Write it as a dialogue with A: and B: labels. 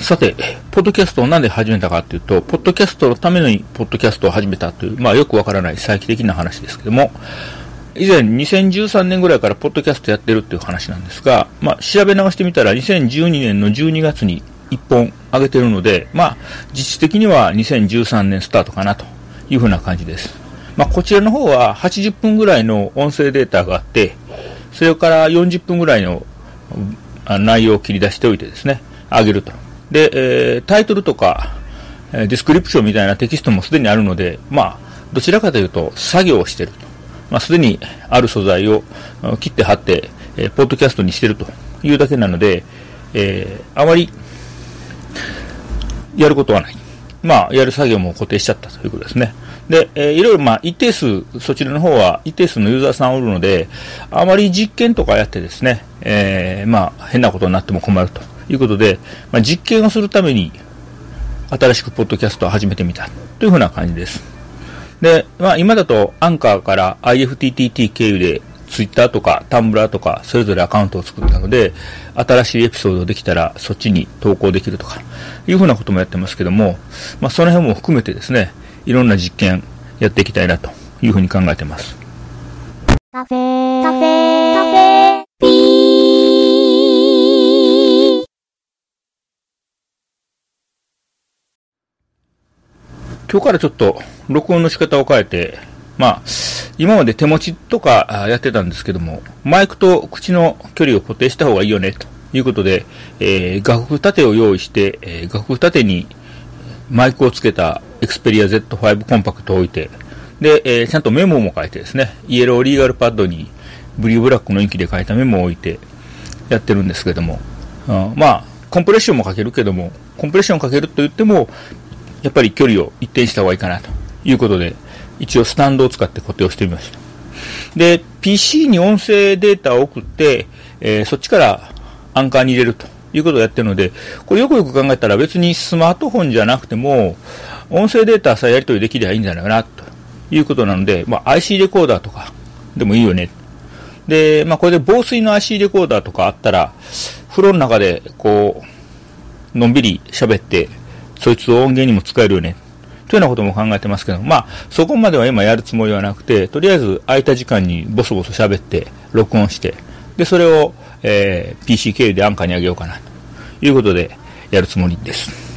A: さて、ポッドキャストをなんで始めたかというと、ポッドキャストのためにポッドキャストを始めたという、よくわからない再帰的な話ですけども、以前2013年ぐらいからポッドキャストやってるっていう話なんですが、調べ直してみたら2012年の12月に1本上げてるので、実質的には2013年スタートかなというふうな感じです。こちらの方は80分ぐらいの音声データがあって、それから40分ぐらいの内容を切り出しておいてですね、上げると。で、タイトルとか、ディスクリプションみたいなテキストもすでにあるので、どちらかというと作業をしていると。すでにある素材を切って貼って、ポッドキャストにしているというだけなので、あまりやることはない。やる作業も固定しちゃったということですね。で、いろいろ一定数、そちらの方は一定数のユーザーさんおるので、あまり実験とかやってですね、変なことになっても困るということで、実験をするために新しくポッドキャストを始めてみたというふうな感じです。で、今だとアンカーから IFTTT 経由でツイッターとかタンブラーとかそれぞれアカウントを作ったので、新しいエピソードできたらそっちに投稿できるとかいうふうなこともやってますけども、その辺も含めてですね、いろんな実験やっていきたいなというふうに考えています。カフェピー。今日からちょっと録音の仕方を変えて、今まで手持ちとかやってたんですけども、マイクと口の距離を固定した方がいいよねということで、楽譜立てを用意して、楽譜立てにマイクをつけた Xperia Z5 コンパクトを置いて、で、ちゃんとメモも書いてですね、イエローリーガルパッドにブリューブラックのインキで書いたメモを置いてやってるんですけども、コンプレッションもかけるけども、コンプレッションかけると言っても、やっぱり距離を一定した方がいいかなということで、一応スタンドを使って固定をしてみました。で、PC に音声データを送って、そっちからアンカーに入れるということをやってるので、これよくよく考えたら別にスマートフォンじゃなくても、音声データさえやり取りできればいいんじゃないかな、ということなので、IC レコーダーとかでもいいよね。で、これで防水の IC レコーダーとかあったら、風呂の中でのんびり喋って、そいつを音源にも使えるよね。というようなことも考えてますけど、そこまでは今やるつもりはなくて、とりあえず空いた時間にボソボソ喋って、録音して、で、それを、PC 経由でアンカーに上げようかな、ということでやるつもりです。